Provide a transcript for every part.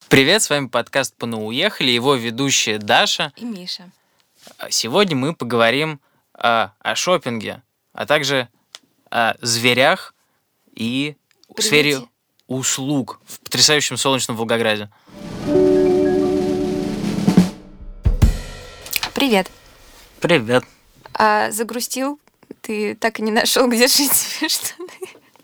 Привет, с вами подкаст «Понауехали», его ведущие Даша. И Миша. Сегодня мы поговорим о шопинге, а также о зверях и в сфере услуг в потрясающем солнечном Волгограде. Привет. Привет. Загрустил? Ты так и не нашел, где шить себе штаны?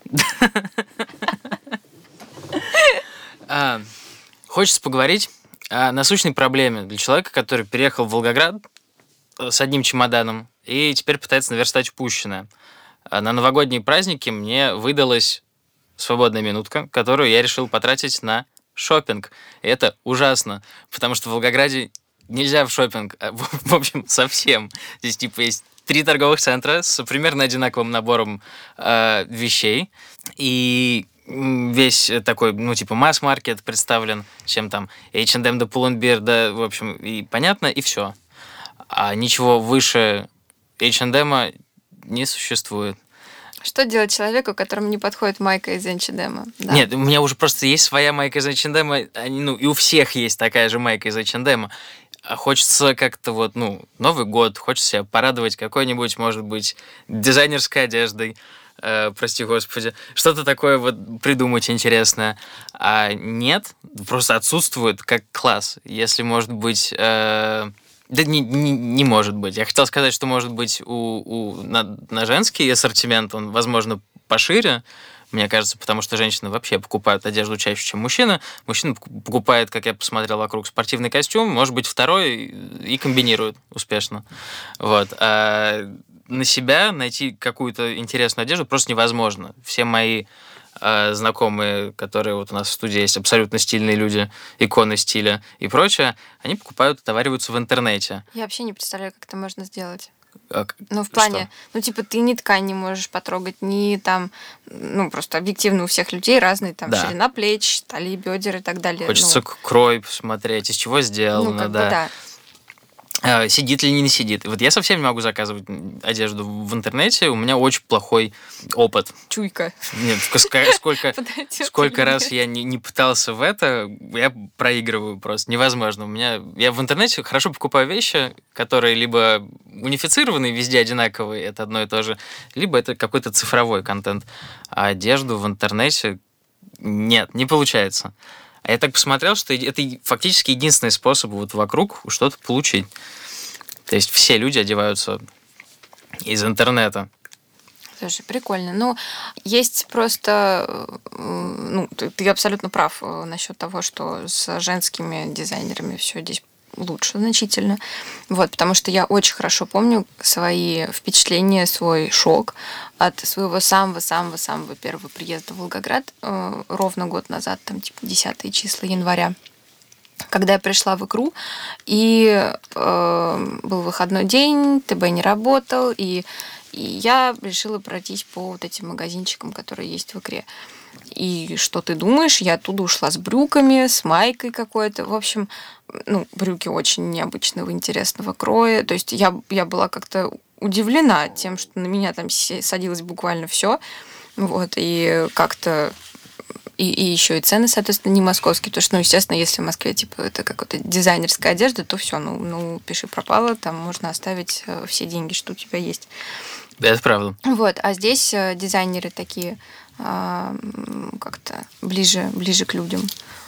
Хочется поговорить о насущной проблеме для человека, который переехал в Волгоград с одним чемоданом и теперь пытается наверстать упущенное. На новогодние праздники мне выдалась свободная минутка, которую я решил потратить на шопинг. И это ужасно, потому что в Волгограде нельзя в шопинг, в общем, совсем. Здесь есть 3 торговых центра с примерно одинаковым набором вещей. И весь такой, масс-маркет представлен, чем там H&M да Pull&Bear, да, в общем, и понятно, и все. А ничего выше H&M не существует. Что делать человеку, которому не подходит майка из H&M? Да. Нет, у меня уже просто есть своя майка из H&M, и у всех есть такая же майка из H&M. А хочется как-то Новый год, хочется себя порадовать какой-нибудь, может быть, дизайнерской одеждой, прости господи, что-то такое придумать интересное. А нет, просто отсутствует как класс. Если может быть... Да не может быть. Я хотел сказать, что может быть на женский ассортимент он, возможно, пошире, мне кажется, потому что женщины вообще покупают одежду чаще, чем мужчина. Мужчина покупает, как я посмотрел вокруг, спортивный костюм, может быть, второй, и комбинирует успешно. А на себя найти какую-то интересную одежду просто невозможно. Все мои знакомые, которые у нас в студии есть, абсолютно стильные люди, иконы стиля и прочее, они покупают, отовариваются в интернете. Я вообще не представляю, как это можно сделать. В плане, ты ни ткань не можешь потрогать, ни там, просто объективно у всех людей разные, там, да. Ширина плеч, талии, бедер и так далее. Хочется крой посмотреть, из чего сделано, да. Сидит ли не сидит. Я совсем не могу заказывать одежду в интернете, у меня очень плохой опыт. Чуйка. Нет, сколько раз я не пытался в это, я проигрываю просто, невозможно. Я в интернете хорошо покупаю вещи, которые либо унифицированы, везде одинаковые, это одно и то же, либо это какой-то цифровой контент. А одежду в интернете нет, не получается. А я так посмотрел, что это фактически единственный способ вокруг что-то получить. То есть все люди одеваются из интернета. Слушай, прикольно. Есть просто... ты абсолютно прав насчет того, что с женскими дизайнерами все здесь лучше значительно. Потому что я очень хорошо помню свои впечатления, свой шок от своего самого-самого-самого первого приезда в Волгоград ровно год назад, 10 числа января, когда я пришла в Икру, и был выходной день, ТБ не работал, и я решила пройтись по этим магазинчикам, которые есть в Икре. И что ты думаешь? Я оттуда ушла с брюками, с майкой какой-то. В общем, брюки очень необычного, интересного кроя. То есть я была как-то удивлена тем, что на меня там садилось буквально все. И как-то... И еще и цены, соответственно, не московские. Потому что, естественно, если в Москве это какая-то дизайнерская одежда, то все, пиши пропало, там можно оставить все деньги, что у тебя есть. Это правда. А здесь дизайнеры такие как-то ближе к людям.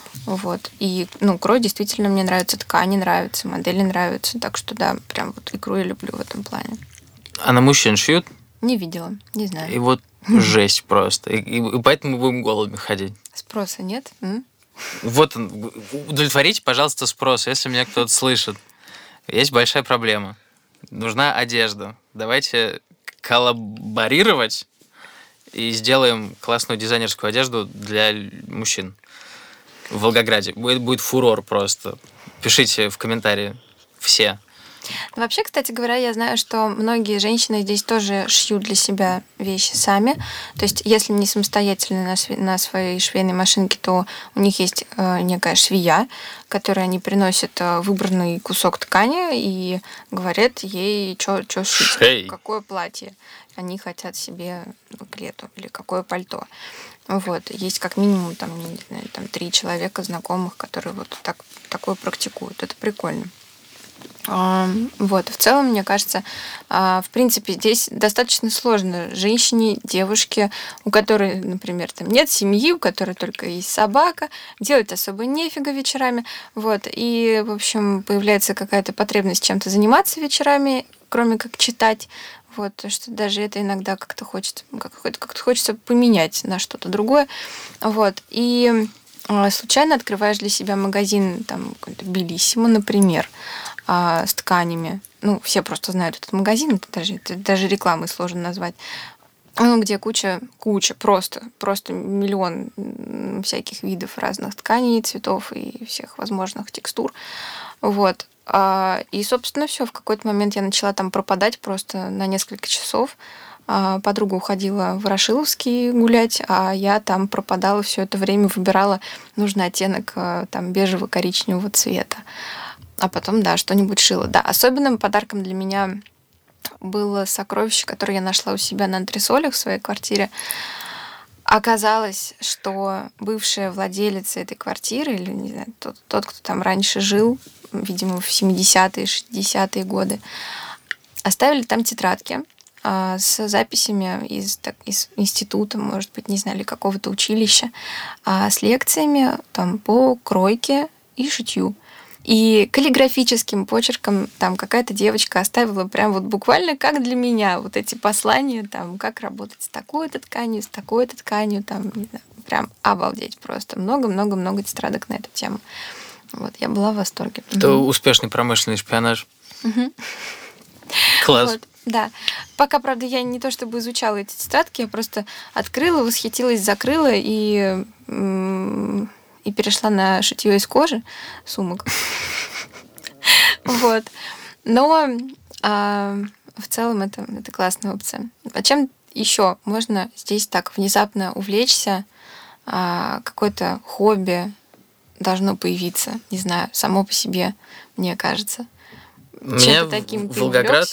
И, крой действительно мне нравится, ткани нравятся, модели нравятся. Так что, да, прям Икру я люблю в этом плане. А на мужчин шьют? Не видела, не знаю. И жесть просто. И поэтому мы будем голыми ходить. Спроса нет? Удовлетворите, пожалуйста, спрос, если меня кто-то слышит. Есть большая проблема. Нужна одежда. Давайте коллаборировать и сделаем классную дизайнерскую одежду для мужчин в Волгограде. Будет фурор просто. Пишите в комментарии все. Вообще, кстати говоря, я знаю, что многие женщины здесь тоже шьют для себя вещи сами. То есть, если не самостоятельно на своей швейной машинке, то у них есть некая швея, которой они приносят выбранный кусок ткани и говорят ей, что шить, какое платье они хотят себе к лету или какое пальто. Вот. Есть как минимум там, не знаю, там 3 человека знакомых, которые вот такое практикуют. Это прикольно. Вот. В целом, мне кажется, в принципе, здесь достаточно сложно женщине, девушке, у которой, например, там нет семьи, у которой только есть собака, делать особо нефига вечерами. Вот. И, в общем, появляется какая-то потребность чем-то заниматься вечерами, кроме как читать. Вот, что даже это иногда как-то хочется поменять на что-то другое. Вот. И случайно открываешь для себя магазин, там, какой-то Белиссимо, например, с тканями. Ну, все просто знают этот магазин, это даже рекламой сложно назвать. Ну, где куча, просто миллион всяких видов разных тканей, цветов и всех возможных текстур. Вот. И, собственно, все. В какой-то момент я начала там пропадать просто на несколько часов. Подруга уходила в Ворошиловский гулять, а я там пропадала все это время, выбирала нужный оттенок там бежево-коричневого цвета. А потом, да, что-нибудь шила. Да, особенным подарком для меня было сокровище, которое я нашла у себя на антресолях в своей квартире. Оказалось, что бывшая владелица этой квартиры, или, не знаю, тот, кто там раньше жил, видимо, в 70-е, 60-е годы, оставили там тетрадки с записями из института, может быть, не знаю, или какого-то училища, с лекциями там по кройке и шитью. И каллиграфическим почерком там какая-то девочка оставила прям вот буквально как для меня вот эти послания, там, как работать с такой-то тканью, там, не знаю, прям обалдеть просто. Много-много-много тетрадок на эту тему. Вот, я была в восторге. Это успешный промышленный шпионаж. Класс. Вот, да. Пока, правда, я не то чтобы изучала эти тетрадки, я просто открыла, восхитилась, закрыла и перешла на шитье из кожи сумок. Вот. Но в целом это классная опция. А чем еще можно здесь так внезапно увлечься? Какое-то хобби должно появиться, не знаю, само по себе, мне кажется. Меня Волгоград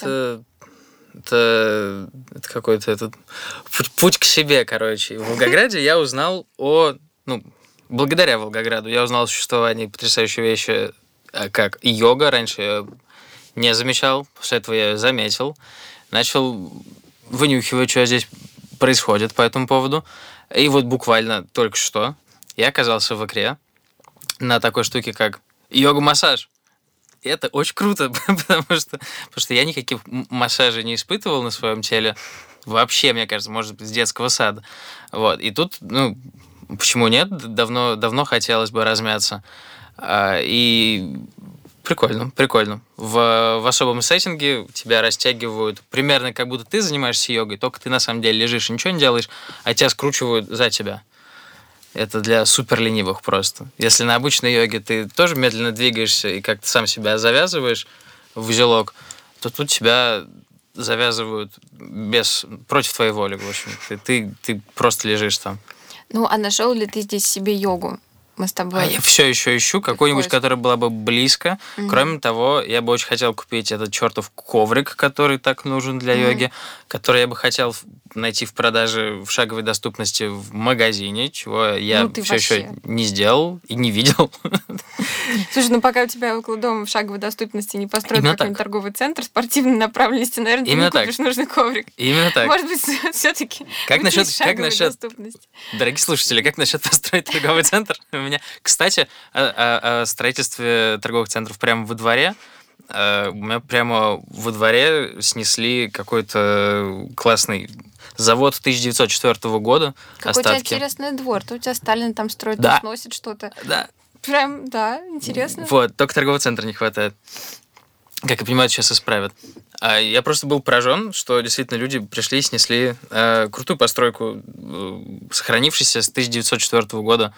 это какой-то этот путь к себе, короче. В Волгограде я узнал благодаря Волгограду я узнал о существовании потрясающей вещи, как йога. Раньше я не замечал, после этого я заметил. Начал вынюхивать, что здесь происходит по этому поводу. И вот буквально только что я оказался в Икре на такой штуке, как йога-массаж. И это очень круто, потому что я никаких массажей не испытывал на своем теле. Вообще, мне кажется, может быть, с детского сада. Вот. И тут, почему нет? Давно хотелось бы размяться. И прикольно. В особом сеттинге тебя растягивают примерно как будто ты занимаешься йогой, только ты на самом деле лежишь и ничего не делаешь, а тебя скручивают за тебя. Это для супер ленивых просто. Если на обычной йоге ты тоже медленно двигаешься и как-то сам себя завязываешь в узелок, то тут тебя завязывают против твоей воли, в общем. Ты просто лежишь там. А нашел ли ты здесь себе йогу? Мы с тобой... А я все еще ищу какую-нибудь, которая была бы близко. Кроме того, я бы очень хотел купить этот чертов коврик, который так нужен для йоги, который я бы хотел найти в продаже в шаговой доступности в магазине, чего я все еще не сделал и не видел. Слушай, пока у тебя около дома в шаговой доступности не построят какой-нибудь торговый центр спортивной направленности, наверное, ты не купишь нужный коврик. Именно так. Может быть, все-таки как насчет доступности. Дорогие слушатели, как насчет построить торговый центр? У меня, кстати, о строительстве торговых центров прямо во дворе. У меня прямо во дворе снесли какой-то классный завод 1904 года. Какой остатки. У тебя интересный двор. То у тебя Сталин там строит, сносит что-то. Да. Прям, да, интересно. Вот, только торгового центра не хватает. Как я понимаю, сейчас исправят. Я просто был поражен, что действительно люди пришли и снесли крутую постройку, сохранившийся с 1904 года.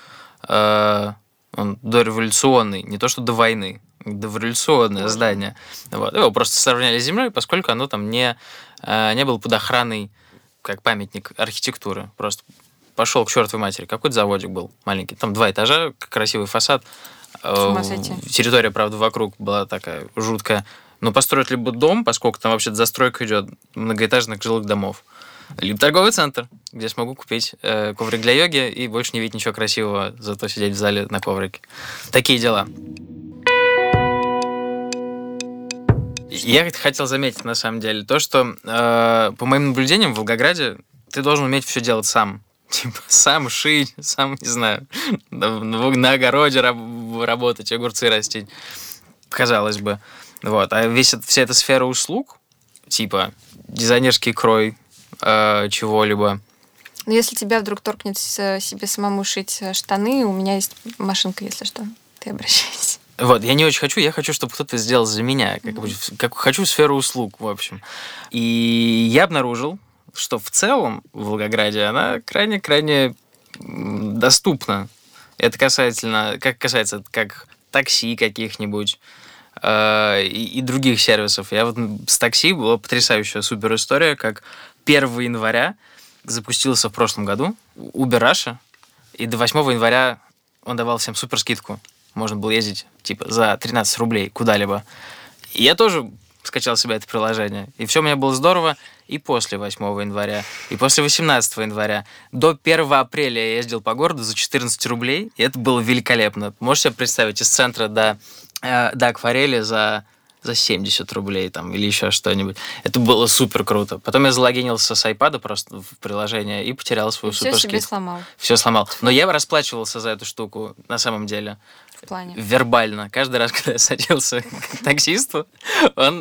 Он дореволюционный, не то что до войны, дореволюционное здание. Вот. Его просто сравняли с землей, поскольку оно там не было под охраной как памятник архитектуры. Просто пошел к чертовой матери. Какой-то заводик был маленький. Там 2 этажа, красивый фасад. Территория, правда, вокруг была такая жуткая. Но построить либо дом, поскольку там вообще застройка идет многоэтажных жилых домов. Либо торговый центр, где смогу купить коврик для йоги и больше не видеть ничего красивого, зато сидеть в зале на коврике. Такие дела. Я хотел заметить, на самом деле, то, что по моим наблюдениям в Волгограде ты должен уметь все делать сам. Типа, сам шить, сам, не знаю, на огороде работать, огурцы растить. Казалось бы. Вот. А вся эта сфера услуг, типа дизайнерский крой чего-либо. Но если тебя вдруг торкнет себе самому шить штаны, у меня есть машинка, если что. Ты обращайся. Вот, я не очень хочу, я хочу, чтобы кто-то сделал за меня. Как хочу сферу услуг, в общем. И я обнаружил, что в целом в Волгограде она крайне-крайне доступна. Это касается как такси каких-нибудь и других сервисов. Я вот с такси была потрясающая супер история, как 1 января запустился в прошлом году Uber Russia, и до 8 января он давал всем супер скидку. Можно было ездить типа за 13 рублей куда-либо. И я тоже скачал себе это приложение. И все у меня было здорово и после 8 января, и после 18 января. До 1 апреля я ездил по городу за 14 рублей, и это было великолепно. Можете себе представить, из центра до Акварели за 70 рублей там, или еще что-нибудь. Это было супер круто. Потом я залогинился с iPad просто в приложение и потерял свою суперскидку. Все себе сломал. Все сломал. Но я расплачивался за эту штуку на самом деле. В плане? Вербально. Каждый раз, когда я садился к таксисту, он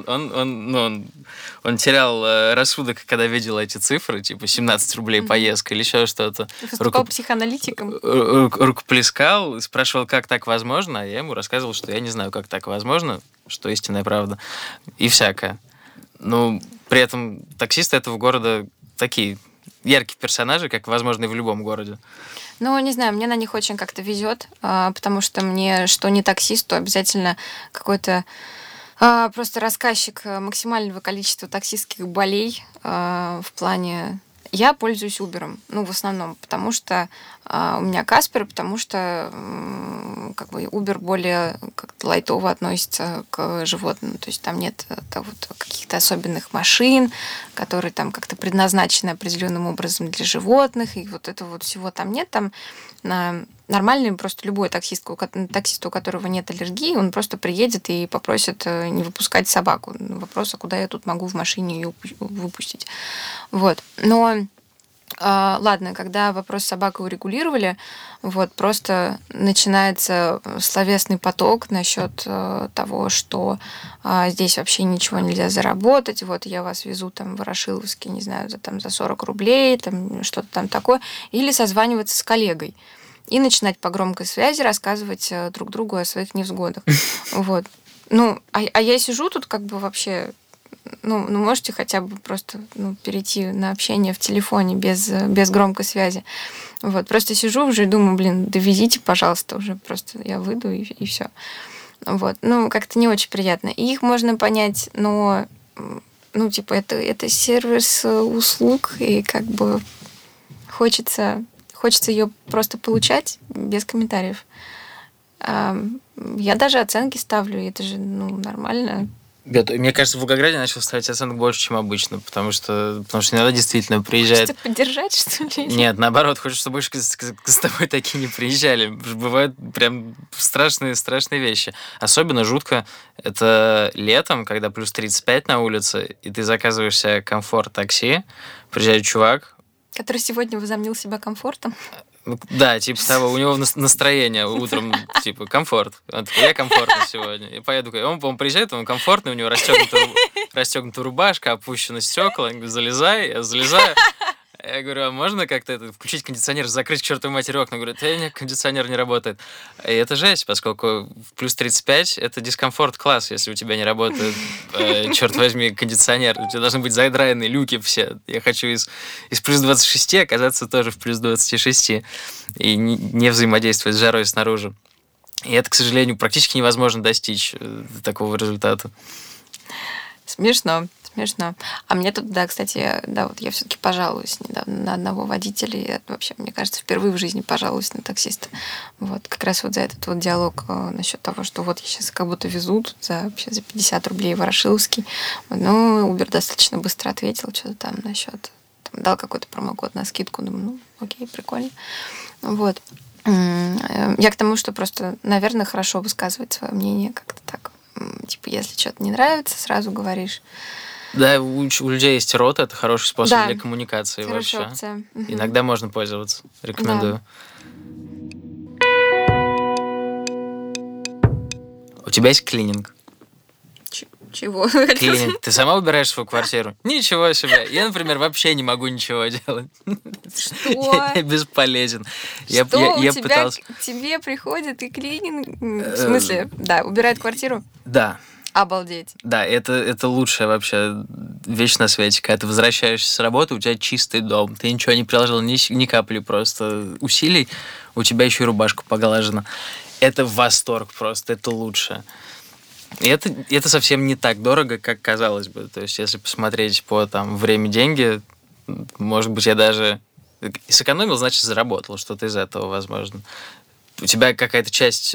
терял рассудок, когда видел эти цифры, типа 17 рублей поездка или еще что-то. Выступал психоаналитиком. Рукоплескал, спрашивал, как так возможно, а я ему рассказывал, что я не знаю, как так возможно, что истинная правда, и всякое. Ну, при этом таксисты этого города такие яркие персонажи, как, возможно, и в любом городе. Ну, не знаю, мне на них очень как-то везет, потому что мне, что не таксист, то обязательно какой-то просто рассказчик максимального количества таксистских болей в плане... Я пользуюсь Uber'ом, ну, в основном, потому что у меня Каспер, потому что как бы Uber более как-то лайтово относится к животным. То есть там нет вот каких-то особенных машин, которые там как-то предназначены определенным образом для животных, и вот этого вот всего там нет. Там нормальный просто любой таксист, у которого нет аллергии, он просто приедет и попросит не выпускать собаку. Вопрос, а куда я тут могу в машине ее выпустить? Вот. Но ладно, когда вопрос с собакой урегулировали, вот просто начинается словесный поток насчет того, что здесь вообще ничего нельзя заработать, вот я вас везу там в Ворошиловске, не знаю, за 40 рублей, там что-то там такое, или созваниваться с коллегой и начинать по громкой связи рассказывать друг другу о своих невзгодах. Вот. Ну, а я сижу тут как бы вообще... Ну, можете хотя бы просто перейти на общение в телефоне без громкой связи. Вот. Просто сижу уже и думаю, довезите, пожалуйста, уже просто я выйду и все. Вот. Ну, как-то не очень приятно. И их можно понять, но типа это сервис услуг, и как бы хочется ее просто получать без комментариев. Я даже оценки ставлю, и это же нормально. Мне кажется, в Волгограде начал ставить оценок больше, чем обычно, потому что иногда действительно приезжает... Хочется поддержать, что ли? Нет, наоборот, хочется, чтобы больше с тобой такие не приезжали. Бывают прям страшные вещи. Особенно жутко это летом, когда плюс 35 на улице, и ты заказываешь себе комфорт-такси, приезжает чувак... Который сегодня возомнил себя комфортом. Да, типа того, у него настроение утром, типа, комфорт. Он такой, я комфортный сегодня. И поеду, он приезжает, он комфортный, у него расстегнутая рубашка, опущены стекла. Я говорю, залезай, я залезаю. Я говорю, а можно как-то включить кондиционер, закрыть к чертовой матери окна? Говорит, нет, кондиционер не работает. И это жесть, поскольку в плюс 35 это дискомфорт-класс, если у тебя не работает, черт возьми, кондиционер. У тебя должны быть задраенные люки все. Я хочу из плюс 26 оказаться тоже в плюс 26 и не взаимодействовать с жарой снаружи. И это, к сожалению, практически невозможно достичь такого результата. Смешно. А мне тут, да, кстати, вот я все-таки пожалуюсь недавно на одного водителя. Я вообще, мне кажется, впервые в жизни пожалуюсь на таксиста. Вот как раз вот за этот вот диалог насчет того, что вот я сейчас как будто везу тут за 50 рублей в Ворошиловский. Но Uber достаточно быстро ответил что-то там насчет дал какой-то промокод на скидку. Думаю, ну, окей, прикольно. Вот. Я к тому, что просто, наверное, хорошо высказывать свое мнение как-то так. Типа, если что-то не нравится, сразу говоришь. Да, у людей есть рот, это хороший способ для коммуникации хорошая вообще. опция. Иногда можно пользоваться. Рекомендую. У тебя есть клининг? Чего? Клининг. Ты сама убираешь свою квартиру? Ничего себе. Я, например, вообще не могу ничего делать. Что? Я бесполезен. Что у тебя пытался... тебе приходит и клининг? В смысле, да, убирает квартиру? Да. Обалдеть. Да, это лучшая вообще вещь на свете. Когда ты возвращаешься с работы, у тебя чистый дом. Ты ничего не приложил, ни капли просто усилий. У тебя еще и рубашка поглажена. Это восторг просто, это лучше. И это совсем не так дорого, как казалось бы. То есть, если посмотреть по там время, деньги, может быть, я даже сэкономил, значит, заработал что-то из этого, возможно. У тебя какая-то часть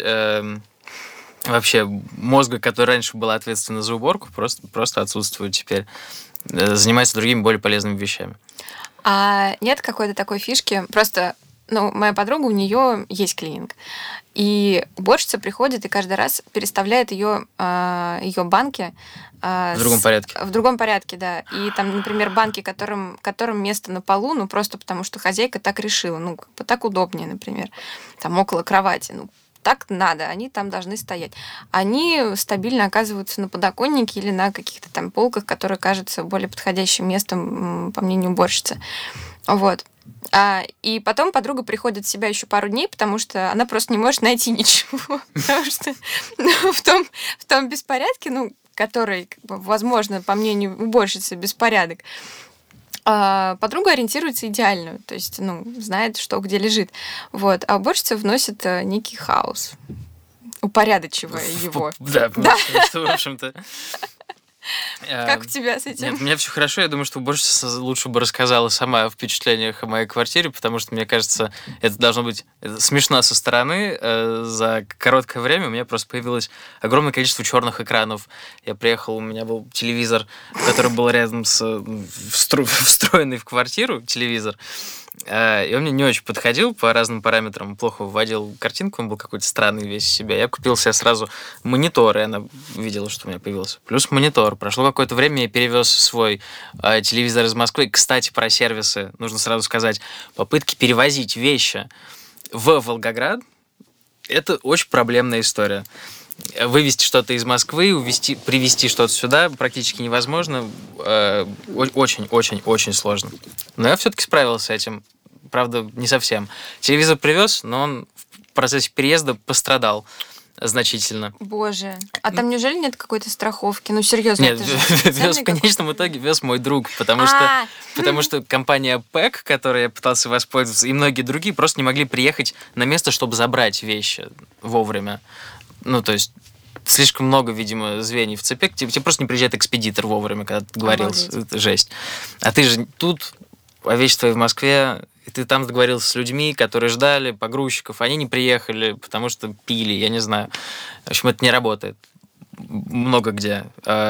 вообще мозга, которая раньше была ответственна за уборку, просто отсутствует теперь. Занимается другими более полезными вещами. А нет какой-то такой фишки? Просто, моя подруга, у нее есть клининг. И уборщица приходит и каждый раз переставляет ее банки. В другом порядке. В другом порядке, да. И там, например, банки, которым место на полу, просто потому что хозяйка так решила. Так удобнее, например. Там около кровати. Так надо, они там должны стоять. Они стабильно оказываются на подоконнике или на каких-то там полках, которые кажутся более подходящим местом, по мнению уборщицы. Вот. И потом подруга приходит в себя еще пару дней, потому что она просто не может найти ничего. Потому что в том беспорядке, который, возможно, по мнению уборщицы, беспорядок, подруга ориентируется идеально, то есть, знает, что где лежит. Вот. А уборщица вносит некий хаос, упорядочивая его. Да, в общем-то. Как у тебя с этим? Нет, у меня все хорошо. Я думаю, что уборщица лучше бы рассказала сама о впечатлениях о моей квартире, потому что, мне кажется, это должно быть смешно со стороны. За короткое время у меня просто появилось огромное количество черных экранов. Я приехал, у меня был телевизор, который был рядом с встроенный в квартиру телевизор. И он мне не очень подходил по разным параметрам, плохо вводил картинку, он был какой-то странный весь из себя. Я купил себе сразу монитор, и она видела, что у меня появился. Плюс монитор. Прошло какое-то время, я перевез свой телевизор из Москвы. Кстати, про сервисы нужно сразу сказать. Попытки перевозить вещи в Волгоград – это очень проблемная история. Вывести что-то из Москвы, привезти что-то сюда практически невозможно. Очень-очень-очень сложно. Но я все-таки справился с этим. Правда, не совсем. Телевизор привез, но он в процессе переезда пострадал значительно. Боже. А там неужели нет какой-то страховки? Серьезно. Нет, в конечном итоге вез мой друг, потому что компания PEC, которой я пытался воспользоваться, и многие другие просто не могли приехать на место, чтобы забрать вещи вовремя. То есть слишком много, видимо, звеньев в цепи. Тебе просто не приезжает экспедитор вовремя, когда ты договорился. Это жесть. А ты же тут, а вещи твои в Москве, и ты там договорился с людьми, которые ждали, погрузчиков. Они не приехали, потому что пили, я не знаю. В общем, это не работает. Много где.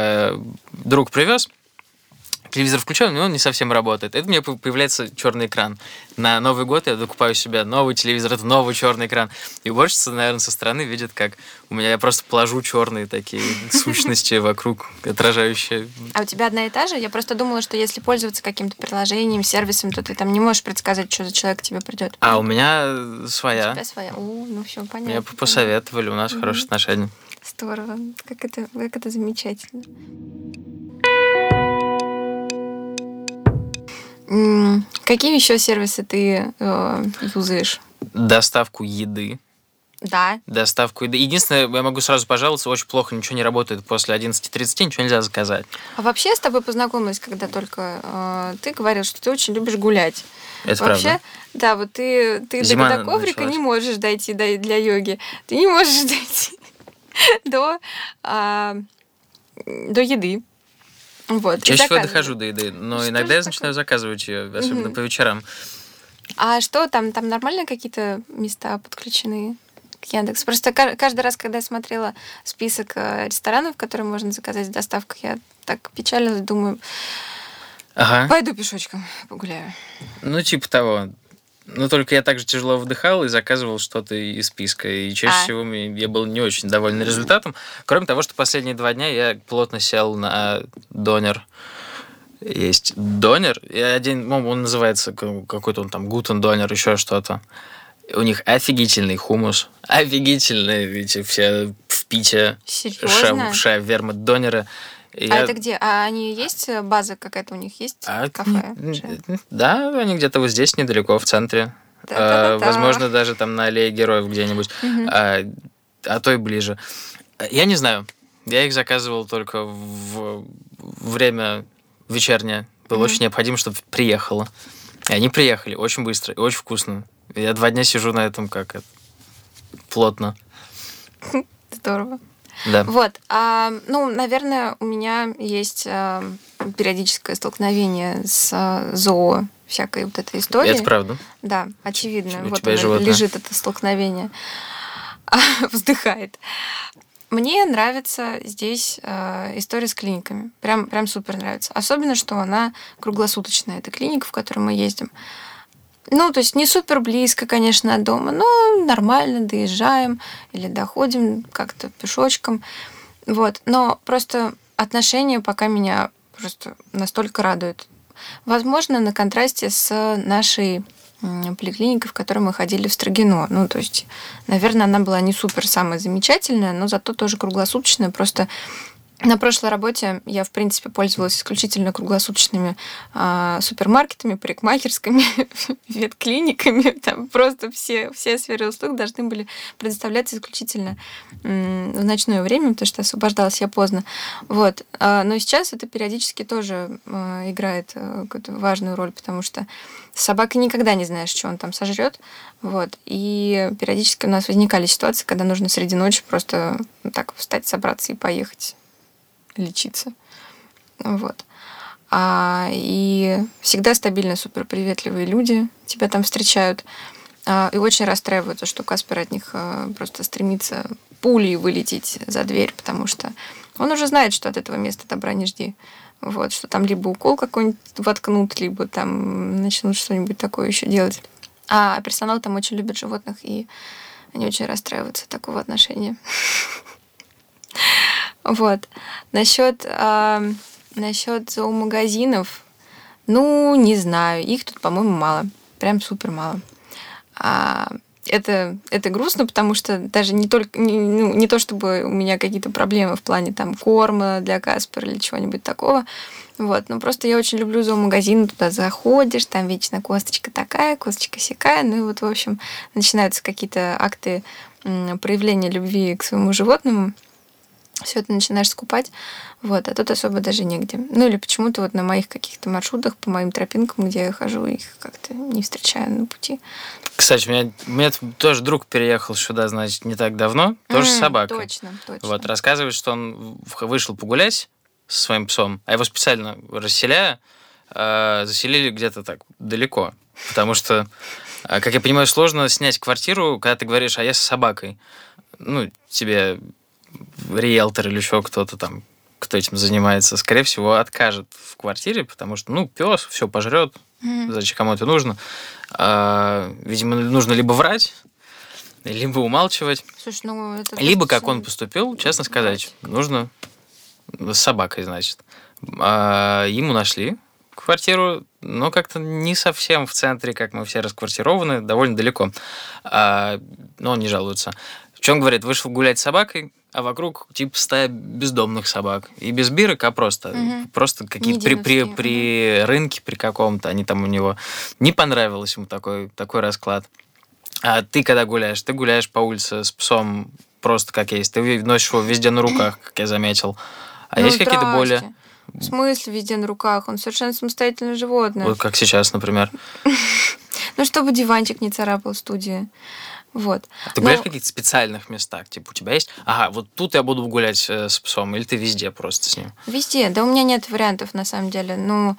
Друг привез, телевизор включен, но он не совсем работает. Это у меня появляется черный экран. На Новый год я докупаю себе новый телевизор, это новый черный экран. И уборщица, наверное, со стороны видит, как я просто положу черные такие сущности вокруг, отражающие. А у тебя одна и та же? Я просто думала, что если пользоваться каким-то приложением, сервисом, то ты там не можешь предсказать, что за человек к тебе придет. А у меня своя. У тебя своя. Все понятно. Меня посоветовали, у нас хорошие отношения. Здорово. Как это замечательно. Какие еще сервисы ты юзаешь? Доставку еды. Да. Доставку еды. Единственное, я могу сразу пожаловаться, очень плохо, ничего не работает после 11:30, ничего нельзя заказать. А вообще я с тобой познакомилась, когда только ты говорил, что ты очень любишь гулять. Это вообще, правда. Да, вот ты до коврика не можешь дойти для йоги. Ты не можешь дойти до еды. Вот, чаще всего дохожу до еды, но что иногда я начинаю заказывать ее, особенно по вечерам. А что там нормально какие-то места подключены к Яндексу? Просто каждый раз, когда я смотрела список ресторанов, которые можно заказать с доставкой, я так печально думаю, Ага. Пойду пешочком погуляю. Ну, типа того. Но только я также тяжело вдыхал и заказывал что-то из списка. И чаще всего я был не очень доволен результатом. Кроме того, что последние 2 дня я плотно сел на донер. Есть донер. И один, он называется какой-то он там Гутен донер, еще что-то. У них офигительный хумус. Офигительные эти все в Пите. Серьезно? Вермут донеры. Это где? А они есть? База какая-то у них есть? Кафе? Да, они где-то вот здесь, недалеко, в центре. Возможно, даже там на аллее Героев где-нибудь. А то и ближе. Я не знаю. Я их заказывал только в время вечернее. Было очень необходимо, чтобы приехало. И они приехали очень быстро и очень вкусно. Я 2 дня сижу на этом плотно. Здорово. Да. Вот. Наверное, у меня есть периодическое столкновение с зоо всякой вот этой историей. Это правда. Да, очевидно. Вот лежит это столкновение. Вздыхает. Мне нравится здесь история с клиниками. Прям супер нравится. Особенно, что она круглосуточная. Это клиника, в которую мы ездим. То есть не супер близко, конечно, от дома, но нормально доезжаем или доходим как-то пешочком. Вот. Но просто отношения пока меня просто настолько радуют. Возможно, на контрасте с нашей поликлиникой, в которой мы ходили в Строгино. То есть, наверное, она была не супер самая замечательная, но зато тоже круглосуточная. Просто на прошлой работе я, в принципе, пользовалась исключительно круглосуточными супермаркетами, парикмахерскими, ветклиниками. Там просто все сферы услуг должны были предоставляться исключительно в ночное время, потому что освобождалась я поздно. Вот. Но сейчас это периодически тоже играет какую-то важную роль, потому что с собакой никогда не знаешь, что он там сожрет. Вот. И периодически у нас возникали ситуации, когда нужно среди ночи просто так встать, собраться и поехать лечиться. Вот. И всегда стабильно супер приветливые люди тебя там встречают. И очень расстраиваются, что Каспер от них просто стремится пулей вылететь за дверь, потому что он уже знает, что от этого места добра не жди. Вот, что там либо укол какой-нибудь воткнут, либо там начнут что-нибудь такое еще делать. А персонал там очень любит животных, и они очень расстраиваются от такого отношения. Вот. Насчет зоомагазинов, не знаю. Их тут, по-моему, мало. Прям супер мало. Это грустно, потому что даже не то, чтобы у меня какие-то проблемы в плане там корма для Каспера или чего-нибудь такого. Вот. Но просто я очень люблю зоомагазин. Туда заходишь, там вечно косточка такая, косточка сякая. В общем, начинаются какие-то акты проявления любви к своему животному. Все это начинаешь скупать, вот, а тут особо даже негде. Или почему-то на моих каких-то маршрутах, по моим тропинкам, где я хожу, их как-то не встречаю на пути. Кстати, у меня тоже друг переехал сюда, значит, не так давно, тоже с собакой. Точно. Вот, рассказывает, что он вышел погулять со своим псом, а его специально расселяя, заселили где-то так далеко, потому что, как я понимаю, сложно снять квартиру, когда ты говоришь, а я с собакой. Тебе риэлтор или еще кто-то там, кто этим занимается, скорее всего, откажет в квартире, потому что, пес все пожрет, зачем кому это нужно. Видимо, нужно либо врать, либо умалчивать. Слушай, это либо, как он поступил, честно сказать, нужно с собакой, значит. Ему нашли квартиру, но как-то не совсем в центре, как мы все расквартированы, довольно далеко. Но он не жалуется. В чем говорит, вышел гулять с собакой, а вокруг стая бездомных собак. И без бирок, а просто какие-то при рынке, при каком-то, они там у него. Не понравилось ему такой расклад. А ты, когда гуляешь, ты гуляешь по улице с псом просто как есть. Ты носишь его везде на руках, как я заметил. А есть какие-то более... В смысле везде на руках? Он совершенно самостоятельное животное. Вот как сейчас, например. Чтобы диванчик не царапал в студии. Вот. Ты гуляешь в каких-то специальных местах? У тебя есть... вот тут я буду гулять с псом, или ты везде просто с ним? Везде. Да у меня нет вариантов, на самом деле.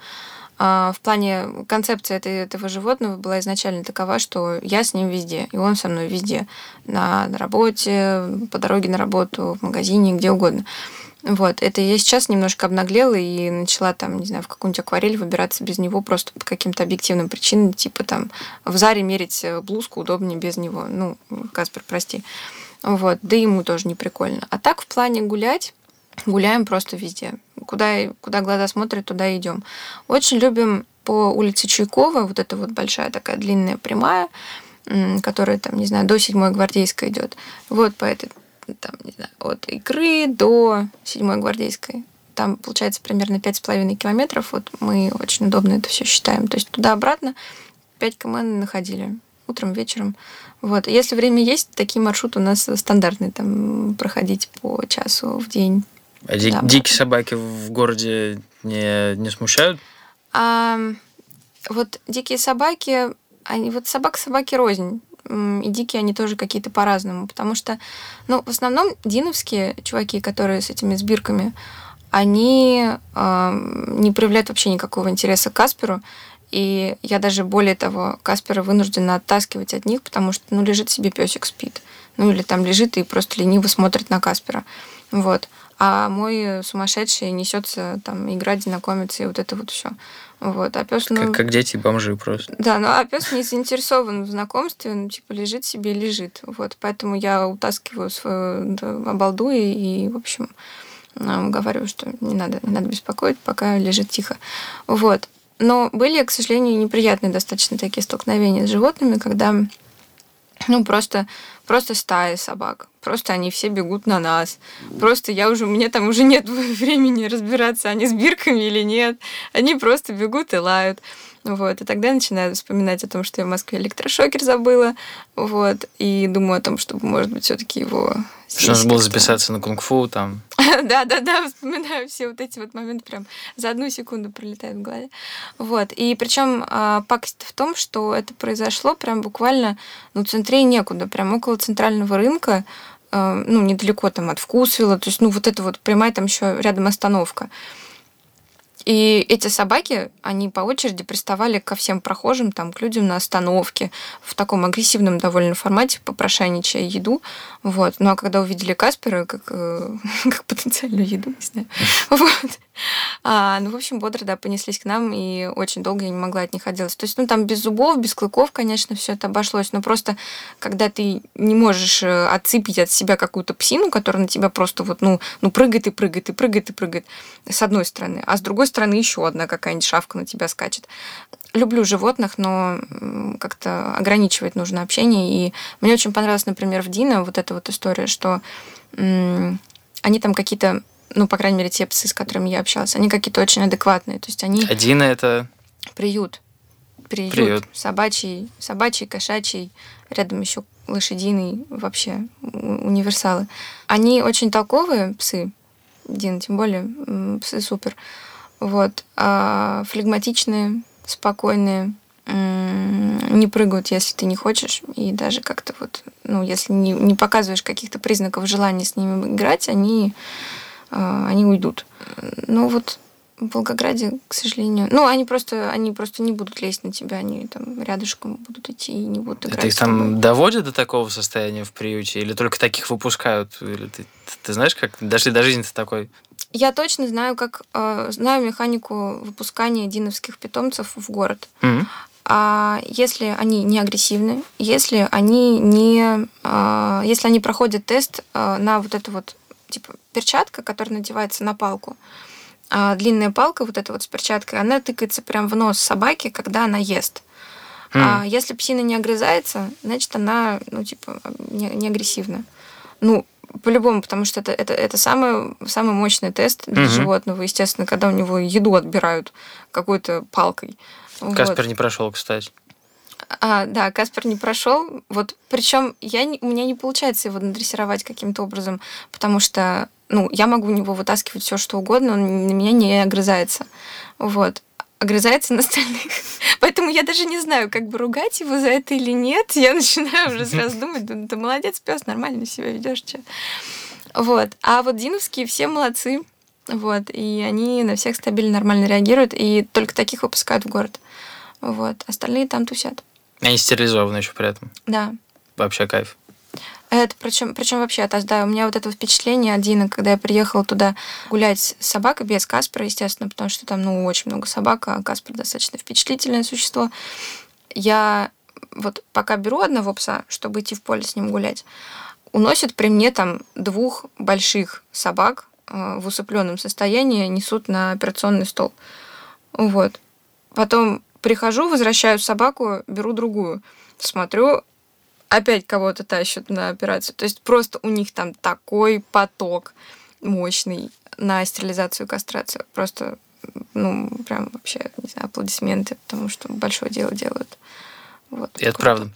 В плане концепции этого животного была изначально такова, что я с ним везде, и он со мной везде. На работе, по дороге на работу, в магазине, где угодно. Вот, это я сейчас немножко обнаглела и начала там, не знаю, в какую-нибудь акварель выбираться без него просто по каким-то объективным причинам, типа там в Заре мерить блузку удобнее без него. Ну, Каспер, прости. Вот, да и ему тоже не прикольно. А так в плане гулять, гуляем просто везде. Куда глаза смотрят, туда идем. Очень любим по улице Чуйкова, вот эта вот большая такая длинная прямая, которая там, не знаю, до 7-й Гвардейской идет. Вот по этой там, не знаю, от Икры до 7-й Гвардейской. Там, получается, примерно 5,5 километров. Вот мы очень удобно это все считаем. То есть туда-обратно 5 км находили. Утром, вечером. Вот. Если время есть, такие маршруты у нас стандартные. Там проходить по часу в день. А дикие собаки в городе не смущают? Вот дикие собаки, вот собаки рознь. И дикие они тоже какие-то по-разному. Потому что, ну, в основном диновские чуваки, которые с этими сбирками, они не проявляют вообще никакого интереса к Касперу. И я даже, более того, Каспера вынуждена оттаскивать от них, потому что, ну, лежит себе песик, спит. Ну, или там лежит и просто лениво смотрит на Каспера. Вот. А мой сумасшедший несется там играть, знакомиться и вот это вот все. Вот. А пес, ну... Как дети и бомжи просто. Да, ну а пес не заинтересован в знакомстве, он типа лежит себе и лежит. Вот. Поэтому я утаскиваю свою обалду и, в общем, говорю, что не надо беспокоить, пока лежит тихо. Вот. Но были, к сожалению, неприятные достаточно такие столкновения с животными, когда, ну, просто стая собак. Просто они все бегут на нас. Просто мне там уже нет времени разбираться, они с бирками или нет. Они просто бегут и лают. Вот. И тогда я начинаю вспоминать о том, что я в Москве электрошокер забыла. Вот. И думаю о том, чтобы, может быть, все-таки его... Что нужно было записаться на кунг-фу там. Да, вспоминаю все вот эти вот моменты, прям за 1 секунду пролетают в голове. Вот. И причем пакость в том, что это произошло прям буквально, ну, центре некуда, прям около центрального рынка, ну, недалеко там от Вкусвилла, то есть, ну, вот это вот прямая там еще рядом остановка. И эти собаки, они по очереди приставали ко всем прохожим, там, к людям на остановке, в таком агрессивном довольно формате, попрошайничая еду. Вот. Ну, а когда увидели Каспера как потенциальную еду, не знаю. Вот. Ну, в общем, бодро, да, понеслись к нам, и очень долго я не могла от них отделаться. То есть, ну, там без зубов, без клыков, конечно, все это обошлось, но просто, когда ты не можешь отцепить от себя какую-то псину, которая на тебя просто вот, ну прыгает и прыгает, и прыгает, и прыгает, с одной стороны, а с другой стороны еще одна какая-нибудь шавка на тебя скачет. Люблю животных, но как-то ограничивать нужно общение, и мне очень понравилось, например, в Дино вот эта вот история, что они там какие-то, ну, по крайней мере, те псы, с которыми я общалась, они какие-то очень адекватные. То есть они... Дино это... Приют. Собачий, кошачий, рядом еще лошадиный, вообще универсалы. Они очень толковые псы, Дино, тем более псы супер. Вот. Флегматичные, спокойные, не прыгают, если ты не хочешь, и даже как-то вот, ну, если не показываешь каких-то признаков желания с ними играть, они уйдут. Ну вот в Волгограде, к сожалению... Ну, они просто не будут лезть на тебя, они там рядышком будут идти и не будут играть. Это их там доводят до такого состояния в приюте? Или только таких выпускают? Или ты знаешь, как дошли до жизни-то такой? Я точно знаю, знаю механику выпускания диновских питомцев в город. Mm-hmm. Если они не агрессивны, если они проходят тест на вот эту вот типа перчатка, которая надевается на палку, длинная палка вот эта вот с перчаткой, она тыкается прям в нос собаки, когда она ест. А если псина не огрызается, значит, она, ну, типа, не агрессивна. Ну, по-любому, потому что это самый мощный тест для животного, естественно, когда у него еду отбирают какой-то палкой. Каспер вот. Не прошел, кстати. Да, Каспер не прошел. Вот, причем у меня не получается его надрессировать каким-то образом, потому что, ну, я могу у него вытаскивать все, что угодно, он на меня не огрызается. Вот. Огрызается на остальных. Поэтому я даже не знаю, как бы ругать его за это или нет. Я начинаю уже сразу думать, ты молодец, пес, нормально себя ведешь. Вот. А вот диновские все молодцы. Вот. И они на всех стабильно, нормально реагируют. И только таких выпускают в город. Вот. Остальные там тусят. Они стерилизованы еще при этом. Да. Вообще кайф. Это причем вообще, да, у меня вот это впечатление от Дина, когда я приехала туда гулять с собакой, без Каспара, естественно, потому что там, очень много собак, а Каспар достаточно впечатлительное существо. Я вот пока беру одного пса, чтобы идти в поле с ним гулять, уносят при мне там 2 больших собак в усыпленном состоянии, несут на операционный стол. Вот. Потом прихожу, возвращаю собаку, беру другую. Смотрю, опять кого-то тащат на операцию. То есть просто у них там такой поток мощный на стерилизацию и кастрацию. Просто, прям вообще, не знаю, аплодисменты, потому что большое дело делают. Вот. И это правда.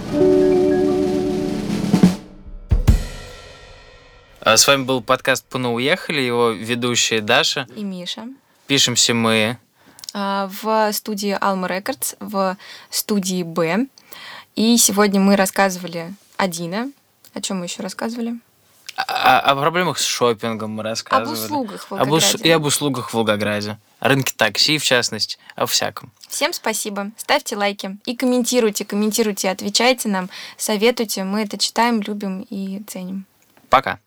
С вами был подкаст «Пуна уехали», его ведущие Даша И Миша. Пишемся мы в студии Alma Records, в студии Б. И сегодня мы рассказывали о Дина. О чем мы еще рассказывали? О проблемах с шопингом мы рассказывали. Об услугах в Волгограде. И об услугах в Волгограде. О рынке такси, в частности, о всяком. Всем спасибо. Ставьте лайки и комментируйте, отвечайте нам, советуйте. Мы это читаем, любим и ценим. Пока.